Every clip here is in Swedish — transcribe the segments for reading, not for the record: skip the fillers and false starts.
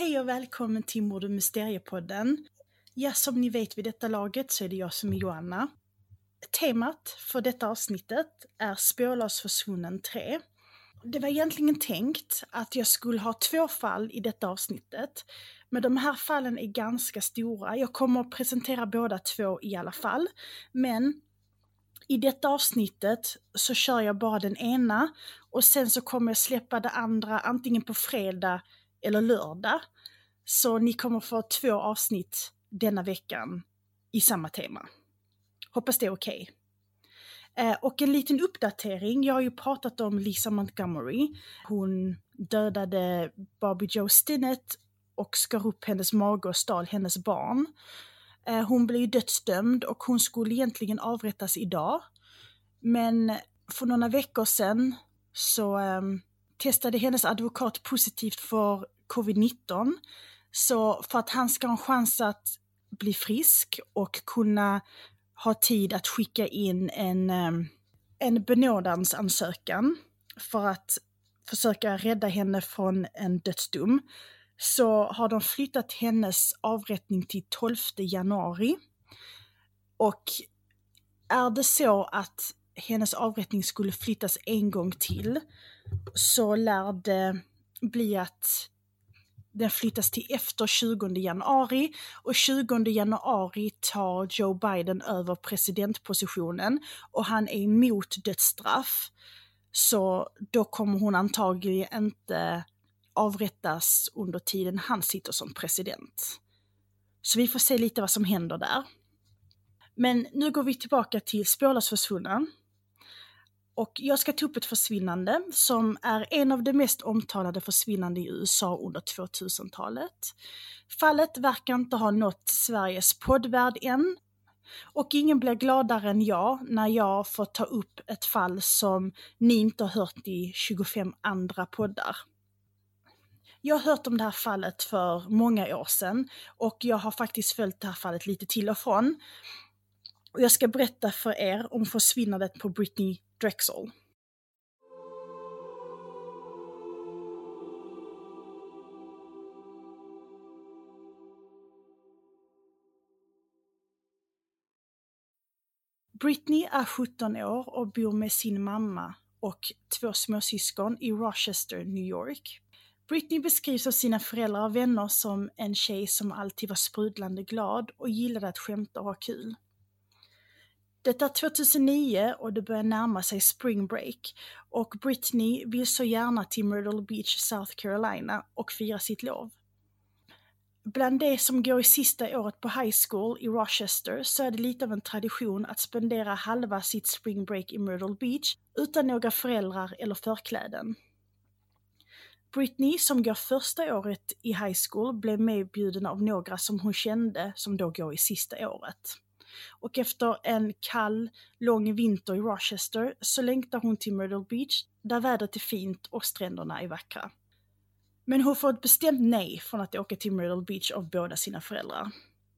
Hej och välkommen till Mord- och Mysteriepodden. Ja, som ni vet vid detta laget så är det jag som är Joanna. Temat för detta avsnittet är Spårlöst försvunnen 3. Det var egentligen tänkt att jag skulle ha 2 fall i detta avsnittet. Men de här fallen är ganska stora. Jag kommer att presentera båda 2 i alla fall. Men i detta avsnittet så kör jag bara den ena. Och sen så kommer jag släppa det andra antingen på fredag eller lördag. Så ni kommer få 2 avsnitt denna veckan i samma tema. Hoppas det är okej. Och en liten uppdatering. Jag har ju pratat om Lisa Montgomery. Hon dödade Barbie Jo Stinnett och skar upp hennes mage och stal hennes barn. Hon blev ju dödsdömd och hon skulle egentligen avrättas idag. Men för några veckor sedan så testade hennes advokat positivt för covid-19. Så för att han ska ha en chans att bli frisk och kunna ha tid att skicka in en benådansansökan för att försöka rädda henne från en dödsdom, så har de flyttat hennes avrättning till 12 januari. Och är det så att hennes avrättning skulle flyttas en gång till så lär det bli att den flyttas till efter 20 januari och 20 januari tar Joe Biden över presidentpositionen och han är emot dödsstraff. Så då kommer hon antagligen inte avrättas under tiden han sitter som president. Så vi får se lite vad som händer där. Men nu går vi tillbaka till Spårlöst försvunnen. Och jag ska ta upp ett försvinnande som är en av de mest omtalade försvinnande i USA under 2000-talet. Fallet verkar inte ha nått Sveriges poddvärld än. Och ingen blir gladare än jag när jag får ta upp ett fall som ni inte har hört i 25 andra poddar. Jag har hört om det här fallet för många år sedan och jag har faktiskt följt det här fallet lite till och från. Och jag ska berätta för er om försvinnandet på Brittany Drexel. Brittany är 17 år och bor med sin mamma och 2 småsyskon i Rochester, New York. Brittany beskrivs av sina föräldrar och vänner som en tjej som alltid var sprudlande glad och gillade att skämta och ha kul. Det är 2009 och det börjar närma sig spring break och Brittany vill så gärna till Myrtle Beach, South Carolina och fira sitt lov. Bland de som går i sista året på high school i Rochester så är det lite av en tradition att spendera halva sitt spring break i Myrtle Beach utan några föräldrar eller förkläden. Brittany, som går första året i high school, blev medbjuden av några som hon kände som då går i sista året. Och efter en kall, lång vinter i Rochester så längtar hon till Myrtle Beach där vädret är fint och stränderna är vackra. Men hon får ett bestämt nej från att åka till Myrtle Beach av båda sina föräldrar.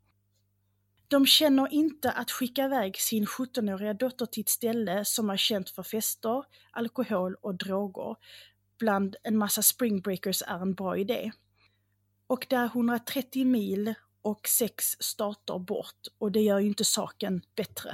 De känner inte att skicka iväg sin 17-åriga dotter till ett ställe som är känt för fester, alkohol och droger. Bland en massa springbreakers är en bra idé. Och det är 130 mil och 6 stater bort och det gör ju inte saken bättre.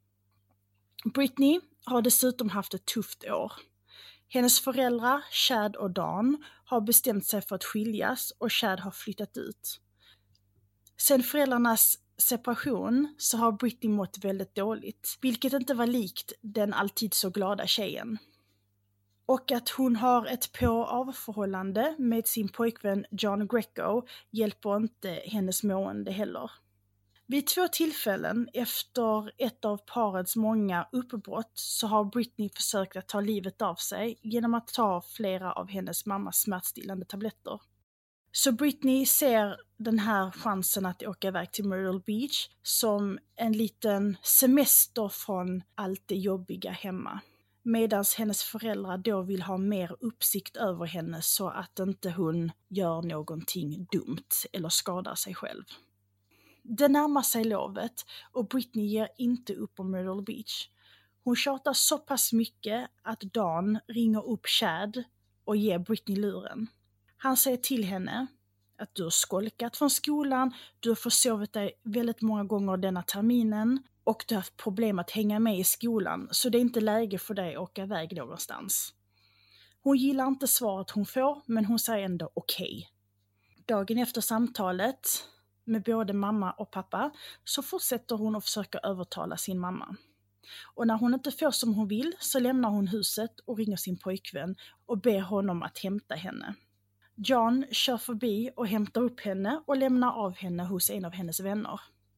Brittany har dessutom haft ett tufft år. Hennes föräldrar, Chad och Dawn, har bestämt sig för att skiljas och Chad har flyttat ut. Sen föräldrarnas separation så har Brittany mått väldigt dåligt, vilket inte var likt den alltid så glada tjejen. Och att hon har ett på-av-förhållande med sin pojkvän John Greco hjälper inte hennes mående heller. Vid 2 tillfällen efter ett av parets många uppbrott så har Brittany försökt att ta livet av sig genom att ta flera av hennes mammas smärtstillande tabletter. Så Brittany ser den här chansen att åka iväg till Myrtle Beach som en liten semester från allt det jobbiga hemma. Medan hennes föräldrar då vill ha mer uppsikt över henne så att inte hon gör någonting dumt eller skadar sig själv. Det närmar sig lovet och Brittany ger inte upp på Myrtle Beach. Hon tjatar så pass mycket att Dawn ringer upp Chad och ger Brittany luren. Han säger till henne: att du har skolkat från skolan, du har försovit dig väldigt många gånger denna terminen och du har haft problem att hänga med i skolan, så det är inte läge för dig att åka iväg någonstans. Hon gillar inte svaret hon får, men hon säger ändå okej. Dagen efter samtalet med både mamma och pappa så fortsätter hon att försöka övertala sin mamma. Och när hon inte får som hon vill så lämnar hon huset och ringer sin pojkvän och ber honom att hämta henne. John kör förbi och hämtar upp henne och lämnar av henne hos en av hennes vänner.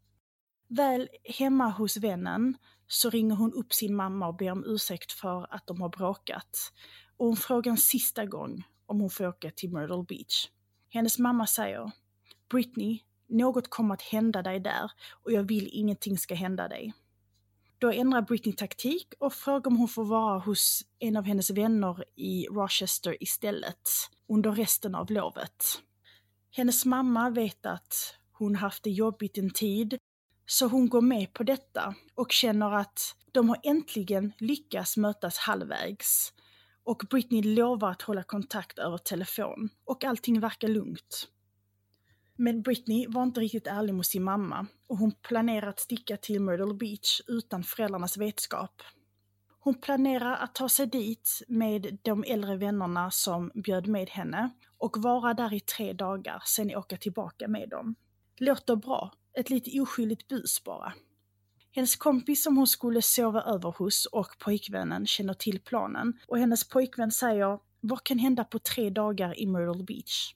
Väl hemma hos vännen så ringer hon upp sin mamma och ber om ursäkt för att de har bråkat. Och hon frågar en sista gång om hon får åka till Myrtle Beach. Hennes mamma säger: Britney, något kommer att hända dig där och jag vill ingenting ska hända dig. Då ändrar Britney taktik och frågar om hon får vara hos en av hennes vänner i Rochester istället under resten av lovet. Hennes mamma vet att hon haft det jobbigt en tid, så hon går med på detta och känner att de har äntligen lyckats mötas halvvägs. Och Britney lovar att hålla kontakt över telefon och allting verkar lugnt. Men Britney var inte riktigt ärlig mot sin mamma och hon planerar att sticka till Myrtle Beach utan föräldrarnas vetskap. Hon planerar att ta sig dit med de äldre vännerna som bjöd med henne och vara där i 3 dagar, sen åka tillbaka med dem. Låter bra, ett lite oskyldigt bus bara. Hennes kompis som hon skulle sova över hos och pojkvännen känner till planen och hennes pojkvän säger: vad kan hända på 3 dagar i Myrtle Beach?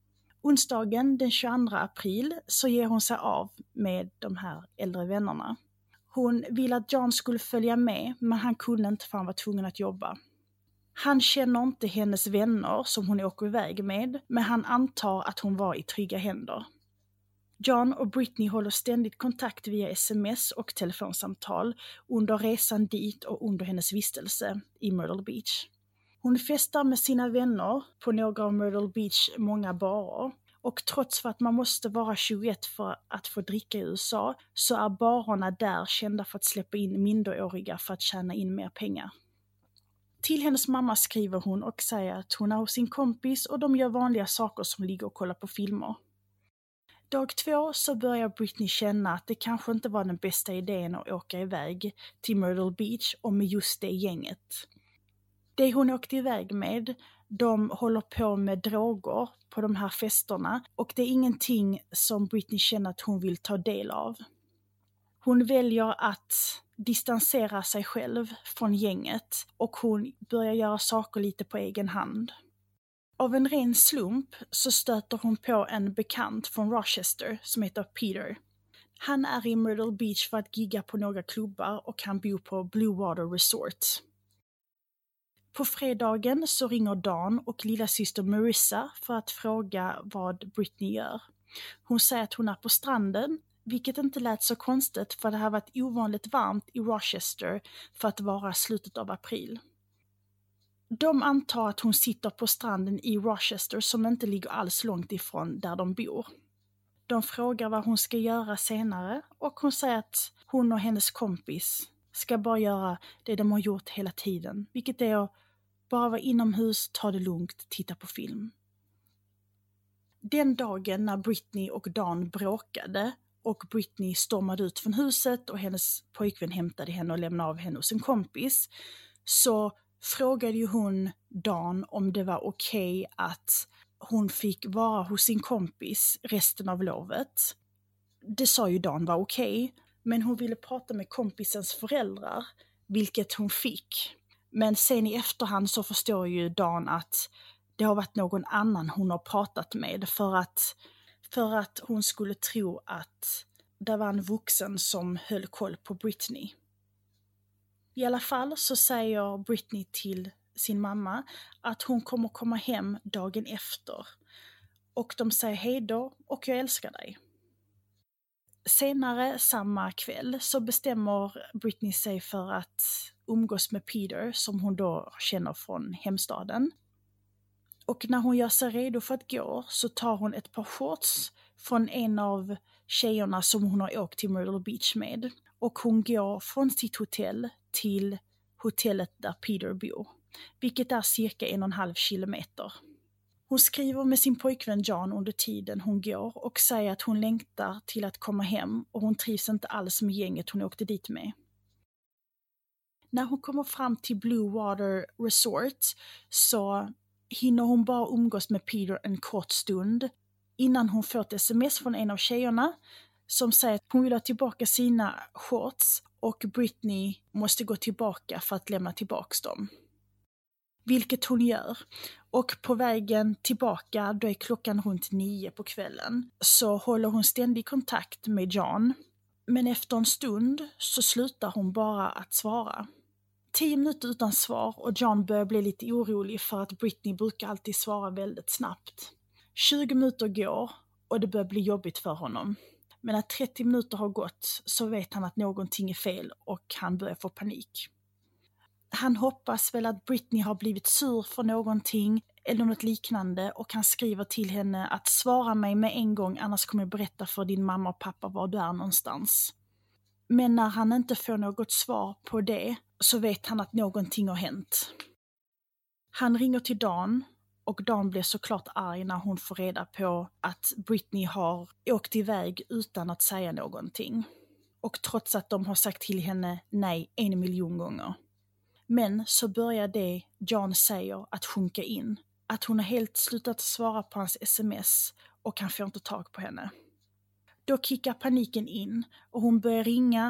Onsdagen den 22 april så ger hon sig av med de här äldre vännerna. Hon ville att John skulle följa med, men han kunde inte för han var tvungen att jobba. Han känner inte hennes vänner som hon åker iväg med, men han antar att hon var i trygga händer. John och Britney håller ständigt kontakt via sms och telefonsamtal under resan dit och under hennes vistelse i Myrtle Beach. Hon festar med sina vänner på några av Myrtle Beach många barer. Och trots för att man måste vara 21 för att få dricka i USA så är barerna där kända för att släppa in minderåriga för att tjäna in mer pengar. Till hennes mamma skriver hon och säger att hon är hos sin kompis och de gör vanliga saker som ligger och kollar på filmer. Dag 2 så börjar Britney känna att det kanske inte var den bästa idén att åka iväg till Myrtle Beach och med just det gänget. Det hon åkte iväg med, de håller på med droger på de här festerna och det är ingenting som Britney känner att hon vill ta del av. Hon väljer att distansera sig själv från gänget och hon börjar göra saker lite på egen hand. Av en ren slump så stöter hon på en bekant från Rochester som heter Peter. Han är i Myrtle Beach för att gigga på några klubbar och han bor på Blue Water Resort. På fredagen så ringer Dawn och lilla syster Marissa för att fråga vad Britney gör. Hon säger att hon är på stranden, vilket inte lät så konstigt för det har varit ovanligt varmt i Rochester för att vara slutet av april. De antar att hon sitter på stranden i Rochester som inte ligger alls långt ifrån där de bor. De frågar vad hon ska göra senare och hon säger att hon och hennes kompis ska bara göra det de har gjort hela tiden, vilket är att bara vara inomhus, ta det lugnt, titta på film. Den dagen när Britney och Dawn bråkade och Britney stormade ut från huset och hennes pojkvän hämtade henne och lämnade av henne hos en kompis, så frågade ju hon Dawn om det var okej att hon fick vara hos sin kompis resten av lovet. Det sa ju Dawn var okej, men hon ville prata med kompisens föräldrar, vilket hon fick. Men sen i efterhand så förstår ju Dawn att det har varit någon annan hon har pratat med för att hon skulle tro att det var en vuxen som höll koll på Britney. I alla fall så säger Britney till sin mamma att hon kommer komma hem dagen efter. Och de säger hej då och jag älskar dig. Senare samma kväll så bestämmer Britney sig för att umgås med Peter som hon då känner från hemstaden. Och när hon gör sig redo för att gå så tar hon ett par shorts från en av tjejerna som hon har åkt till Myrtle Beach med. Och hon går från sitt hotell till hotellet där Peter bor, vilket är cirka 1,5 kilometer. Hon skriver med sin pojkvän John under tiden hon går och säger att hon längtar till att komma hem och hon trivs inte alls med gänget hon åkte dit med. När hon kommer fram till Blue Water Resort så hinner hon bara umgås med Peter en kort stund innan hon får ett sms från en av tjejerna som säger att hon vill ha tillbaka sina shorts och Britney måste gå tillbaka för att lämna tillbaka dem. Vilket hon gör. Och på vägen tillbaka, då är klockan runt 9 på kvällen, så håller hon ständig kontakt med John. Men efter en stund så slutar hon bara att svara. 10 minuter utan svar och John börjar bli lite orolig för att Britney brukar alltid svara väldigt snabbt. 20 minuter går och det börjar bli jobbigt för honom. Men när 30 minuter har gått så vet han att någonting är fel och han börjar få panik. Han hoppas väl att Britney har blivit sur för någonting eller något liknande och han skriver till henne att svara mig med en gång annars kommer jag berätta för din mamma och pappa var du är någonstans. Men när han inte får något svar på det så vet han att någonting har hänt. Han ringer till Dan och Dan blir såklart arg när hon får reda på att Britney har åkt iväg utan att säga någonting. Och trots att de har sagt till henne nej 1 miljon gånger. Men så börjar det John säger att sjunka in. Att hon har helt slutat svara på hans sms och han får inte tag på henne. Då kickar paniken in och hon börjar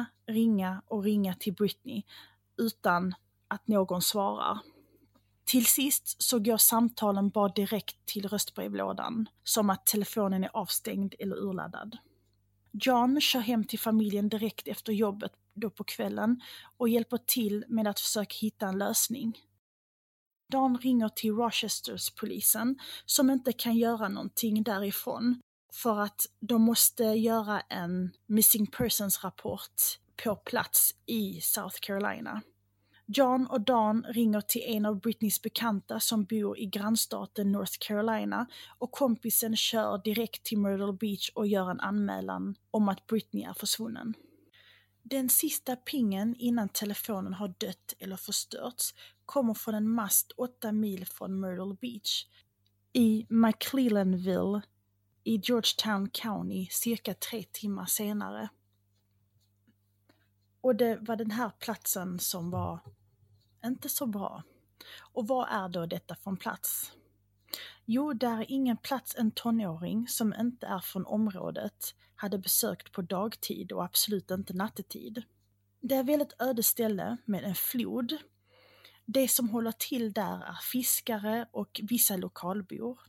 ringa till Britney utan att någon svarar. Till sist så går samtalen bara direkt till röstbrevlådan som att telefonen är avstängd eller urladdad. John kör hem till familjen direkt efter jobbet då på kvällen och hjälper till med att försöka hitta en lösning. Dan ringer till Rochesters polisen som inte kan göra någonting därifrån för att de måste göra en missing persons rapport på plats i South Carolina. John och Dan ringer till en av Britneys bekanta som bor i grannstaten North Carolina och kompisen kör direkt till Myrtle Beach och gör en anmälan om att Britney är försvunnen. Den sista pingen innan telefonen har dött eller förstörts kommer från en mast 8 mil från Myrtle Beach i McClellanville i Georgetown County cirka 3 timmar senare. Och det var den här platsen som var inte så bra. Och vad är då detta för en plats? Jo, där är ingen plats en tonåring som inte är från området hade besökt på dagtid och absolut inte nattetid. Det är väl ett öde ställe med en flod. Det som håller till där är fiskare och vissa lokalbor.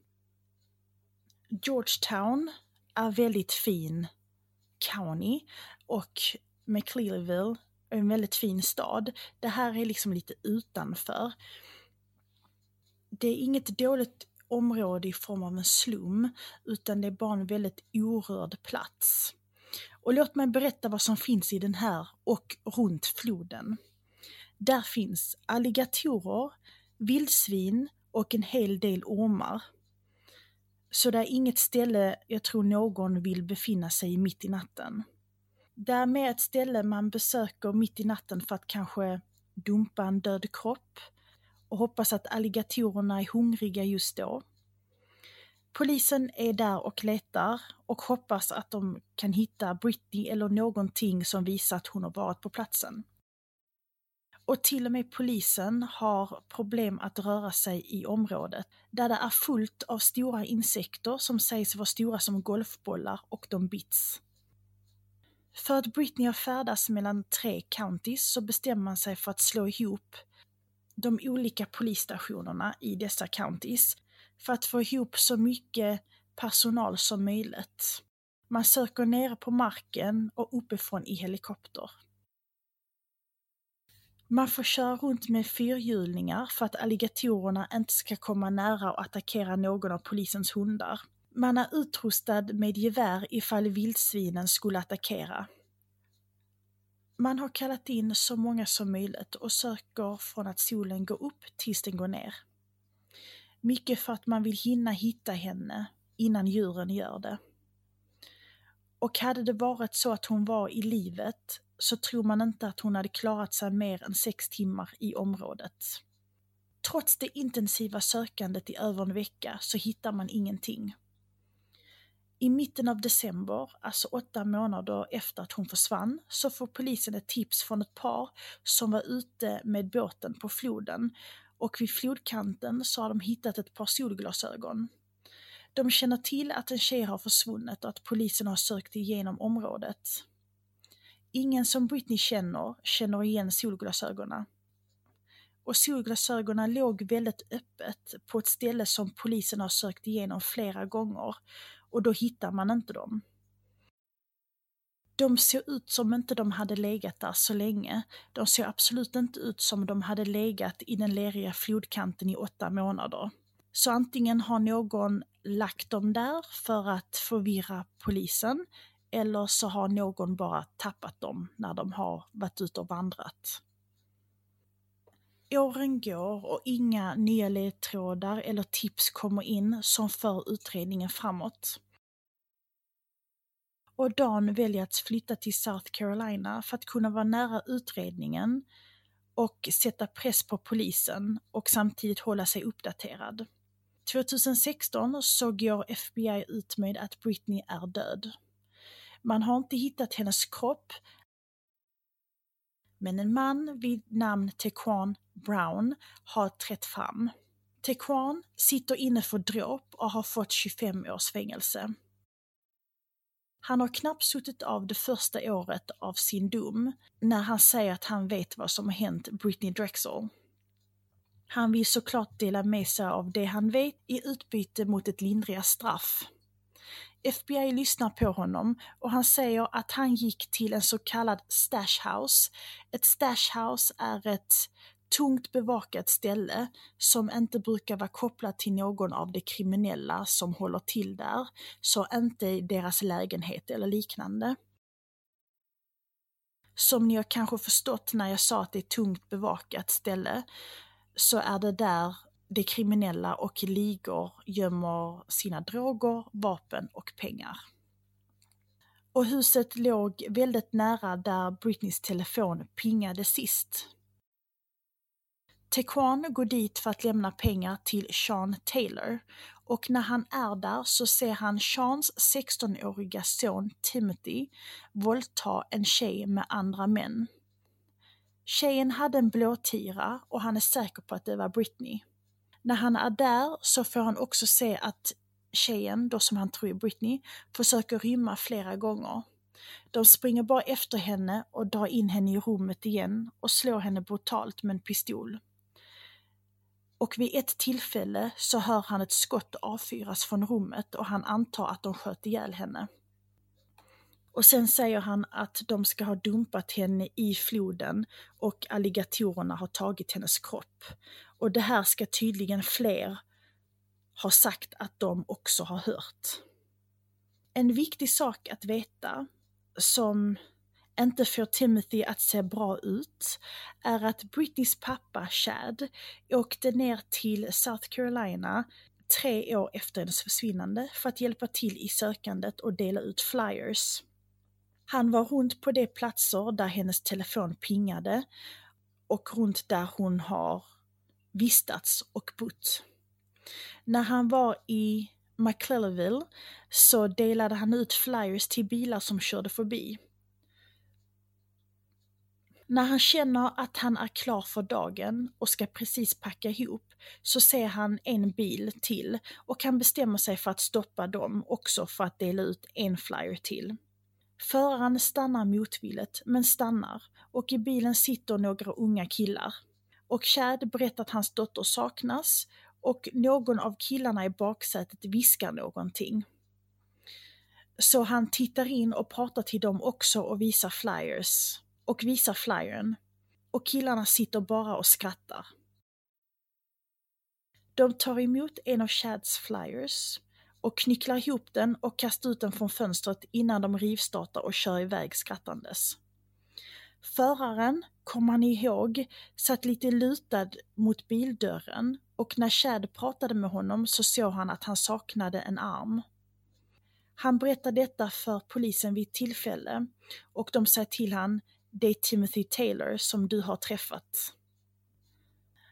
Georgetown är väldigt fin county och McClellanville är en väldigt fin stad. Det här är liksom lite utanför. Det är inget dåligt område i form av en slum utan det är bara en väldigt orörd plats. Och låt mig berätta vad som finns i den här och runt floden. Där finns alligatorer, vildsvin och en hel del ormar. Så det är inget ställe jag tror någon vill befinna sig mitt i natten. Det är mer ett ställe man besöker mitt i natten för att kanske dumpa en död kropp och hoppas att alligatorerna är hungriga just då. Polisen är där och letar och hoppas att de kan hitta Britney eller någonting som visar att hon har varit på platsen. Och till och med polisen har problem att röra sig i området där det är fullt av stora insekter som sägs vara stora som golfbollar och de bits. För att Britney har färdats mellan 3 counties så bestämmer man sig för att slå ihop de olika polisstationerna i dessa counties för att få ihop så mycket personal som möjligt. Man söker nere på marken och uppifrån i helikopter. Man får köra runt med fyrhjulningar för att alligatorerna inte ska komma nära och attackera någon av polisens hundar. Man är utrustad med gevär ifall vildsvinen skulle attackera. Man har kallat in så många som möjligt och söker från att solen går upp tills den går ner. Mycket för att man vill hinna hitta henne innan djuren gör det. Och hade det varit så att hon var i livet så tror man inte att hon hade klarat sig mer än 6 timmar i området. Trots det intensiva sökandet i över en vecka så hittar man ingenting. I mitten av december, alltså 8 månader efter att hon försvann, så får polisen ett tips från ett par som var ute med båten på floden, och vid flodkanten så har de hittat ett par solglasögon. De känner till att en tjej har försvunnit och att polisen har sökt igenom området. Ingen som Britney känner igen solglasögonen. Och solglasögonen låg väldigt öppet på ett ställe som polisen har sökt igenom flera gånger, och då hittar man inte dem. De såg ut som inte de hade legat där så länge. De såg absolut inte ut som de hade legat i den leriga flodkanten i 8 månader. Så antingen har någon lagt dem där för att förvirra polisen, eller så har någon bara tappat dem när de har varit ute och vandrat. Åren går och inga nya ledtrådar eller tips kommer in som för utredningen framåt. Och Dan väljer att flytta till South Carolina för att kunna vara nära utredningen och sätta press på polisen och samtidigt hålla sig uppdaterad. 2016 så går FBI ut med att Britney är död. Man har inte hittat hennes kropp, men en man vid namn Taquan Brown har trätt fram. Taquan sitter inne för dråp och har fått 25 års fängelse. Han har knappt suttit av det första året av sin dom när han säger att han vet vad som har hänt Britney Drexel. Han vill såklart dela med sig av det han vet i utbyte mot ett lindriga straff. FBI lyssnar på honom och han säger att han gick till en så kallad stash house. Ett stash house är ett tungt bevakat ställe som inte brukar vara kopplat till någon av de kriminella som håller till där, så inte deras lägenhet eller liknande. Som ni har kanske förstått när jag sa att det är tungt bevakat ställe, så är det där de kriminella och ligor gömmer sina droger, vapen och pengar. Och huset låg väldigt nära där Britneys telefon pingade sist. Taquan går dit för att lämna pengar till Sean Taylor, och när han är där så ser han Seans 16-åriga son Timothy våldta en tjej med andra män. Tjejen hade en blåtira och han är säker på att det var Britney. När han är där så får han också se att tjejen, då som han tror är Britney, försöker rymma flera gånger. De springer bara efter henne och drar in henne i rummet igen och slår henne brutalt med en pistol. Och vid ett tillfälle så hör han ett skott avfyras från rummet och han antar att de sköt ihjäl henne. Och sen säger han att de ska ha dumpat henne i floden och alligatorerna har tagit hennes kropp. Och det här ska tydligen fler ha sagt att de också har hört. En viktig sak att veta som inte får Timothy att se bra ut är att Britneys pappa Chad åkte ner till South Carolina 3 år efter hennes försvinnande för att hjälpa till i sökandet och dela ut flyers. Han var runt på de platser där hennes telefon pingade och runt där hon har vistats och bott. När han var i McClellaville så delade han ut flyers till bilar som körde förbi. När han känner att han är klar för dagen och ska precis packa ihop så ser han en bil till och han bestämmer sig för att stoppa dem också för att dela ut en flyer till. Föraren stannar motvilligt men stannar och i bilen sitter några unga killar. Och Chad berättar att hans dotter saknas och någon av killarna i baksätet viskar någonting. Så han tittar in och pratar till dem också och visar flyern. Och killarna sitter bara och skrattar. De tar emot en av Chads flyers och knycklar ihop den och kastar ut den från fönstret innan de rivstartar och kör iväg skrattandes. Föraren, kommer han ihåg, satt lite lutad mot bildörren och när Chad pratade med honom så såg han att han saknade en arm. Han berättar detta för polisen vid tillfälle och de säger till han, det är Timothy Taylor som du har träffat.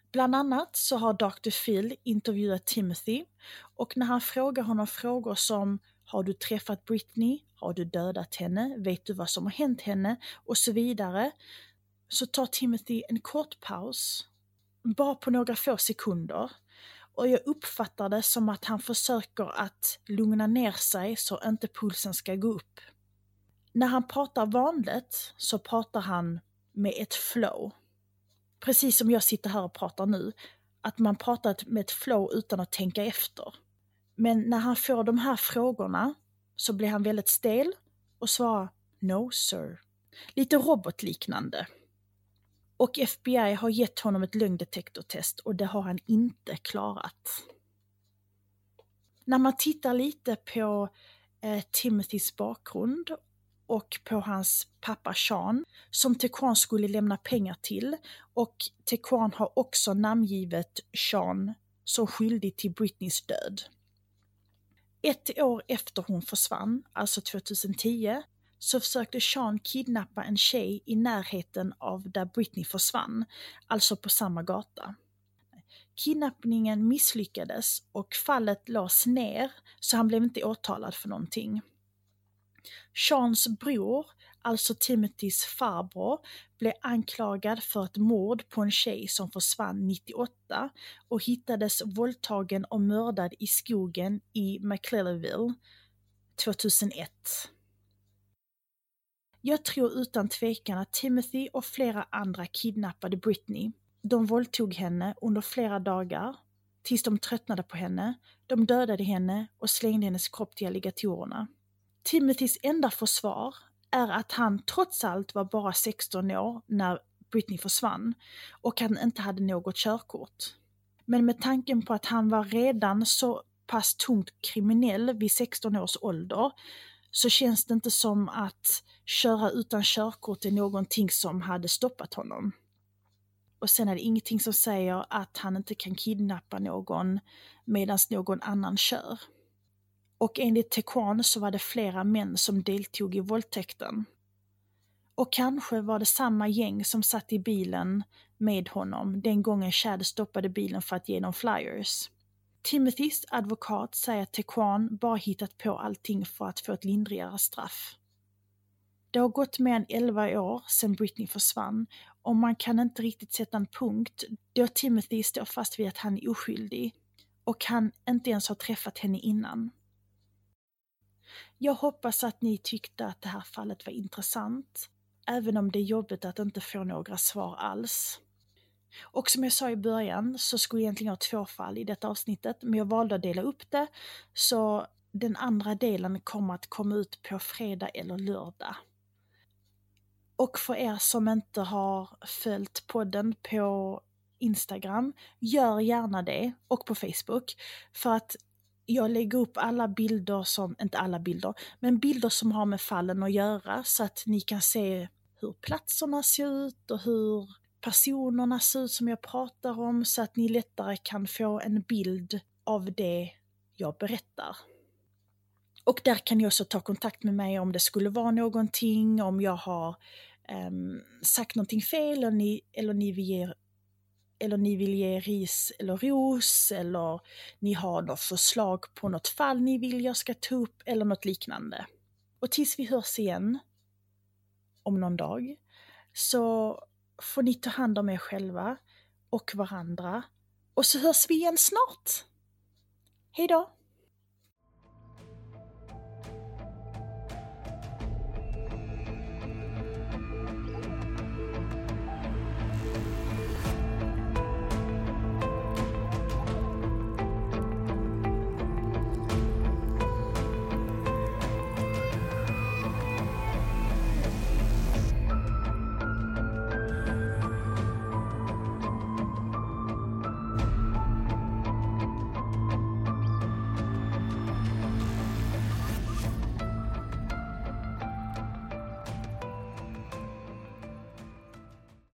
Bland annat så har Dr. Phil intervjuat Timothy och när han frågar honom frågor som har du träffat Britney? Har du dödat henne? Vet du vad som har hänt henne? Och så vidare. Så tar Timothy en kort paus, bara på några få sekunder. Och jag uppfattar det som att han försöker att lugna ner sig så inte pulsen ska gå upp. När han pratar vanligt så pratar han med ett flow. Precis som jag sitter här och pratar nu. Att man pratar med ett flow utan att tänka efter. Men när han får de här frågorna så blir han väldigt stel och svarar no sir. Lite robotliknande. Och FBI har gett honom ett lögndetektortest och det har han inte klarat. När man tittar lite på Timothys bakgrund och på hans pappa Sean som Tequan skulle lämna pengar till, och Tequan har också namngivet Sean som skyldig till Britneys död. 1 år efter hon försvann, alltså 2010, så försökte Sean kidnappa en tjej i närheten av där Britney försvann, alltså på samma gata. Kidnappningen misslyckades och fallet lades ner så han blev inte åtalad för någonting. Seans bror, alltså Timothys farbror, blev anklagad för ett mord på en tjej som försvann 98 och hittades våldtagen och mördad i skogen i McClellanville 2001. Jag tror utan tvekan att Timothy och flera andra kidnappade Britney. De våldtog henne under flera dagar tills de tröttnade på henne. De dödade henne och slängde hennes kropp till alligatorerna. Timothys enda försvar är att han trots allt var bara 16 år när Britney försvann och han inte hade något körkort. Men med tanken på att han var redan så pass tungt kriminell vid 16 års ålder så känns det inte som att köra utan körkort är någonting som hade stoppat honom. Och sen är det ingenting som säger att han inte kan kidnappa någon medan någon annan kör. Och enligt Tequan så var det flera män som deltog i våldtäkten. Och kanske var det samma gäng som satt i bilen med honom den gången Chad stoppade bilen för att ge dem flyers. Timothys advokat säger att Tequan bara hittat på allting för att få ett lindrigare straff. Det har gått mer än 11 år sedan Britney försvann och man kan inte riktigt sätta en punkt då Timothy står fast vid att han är oskyldig och han inte ens har träffat henne innan. Jag hoppas att ni tyckte att det här fallet var intressant, även om det är jobbigt att inte få några svar alls. Och som jag sa i början så skulle jag egentligen ha 2 fall i detta avsnittet, men jag valde att dela upp det så den andra delen kommer att komma ut på fredag eller lördag. Och för er som inte har följt podden på Instagram, gör gärna det, och på Facebook, för att jag lägger upp alla bilder som, inte alla bilder, men bilder som har med fallen att göra så att ni kan se hur platserna ser ut och hur personerna ser ut som jag pratar om så att ni lättare kan få en bild av det jag berättar. Och där kan ni också ta kontakt med mig om det skulle vara någonting, om jag har sagt någonting fel eller ni vill ge ris eller ros, eller ni har något förslag på något fall ni vill jag ska ta upp eller något liknande. Och tills vi hörs igen om någon dag så får ni ta hand om er själva och varandra och så hörs vi igen snart. Hej då!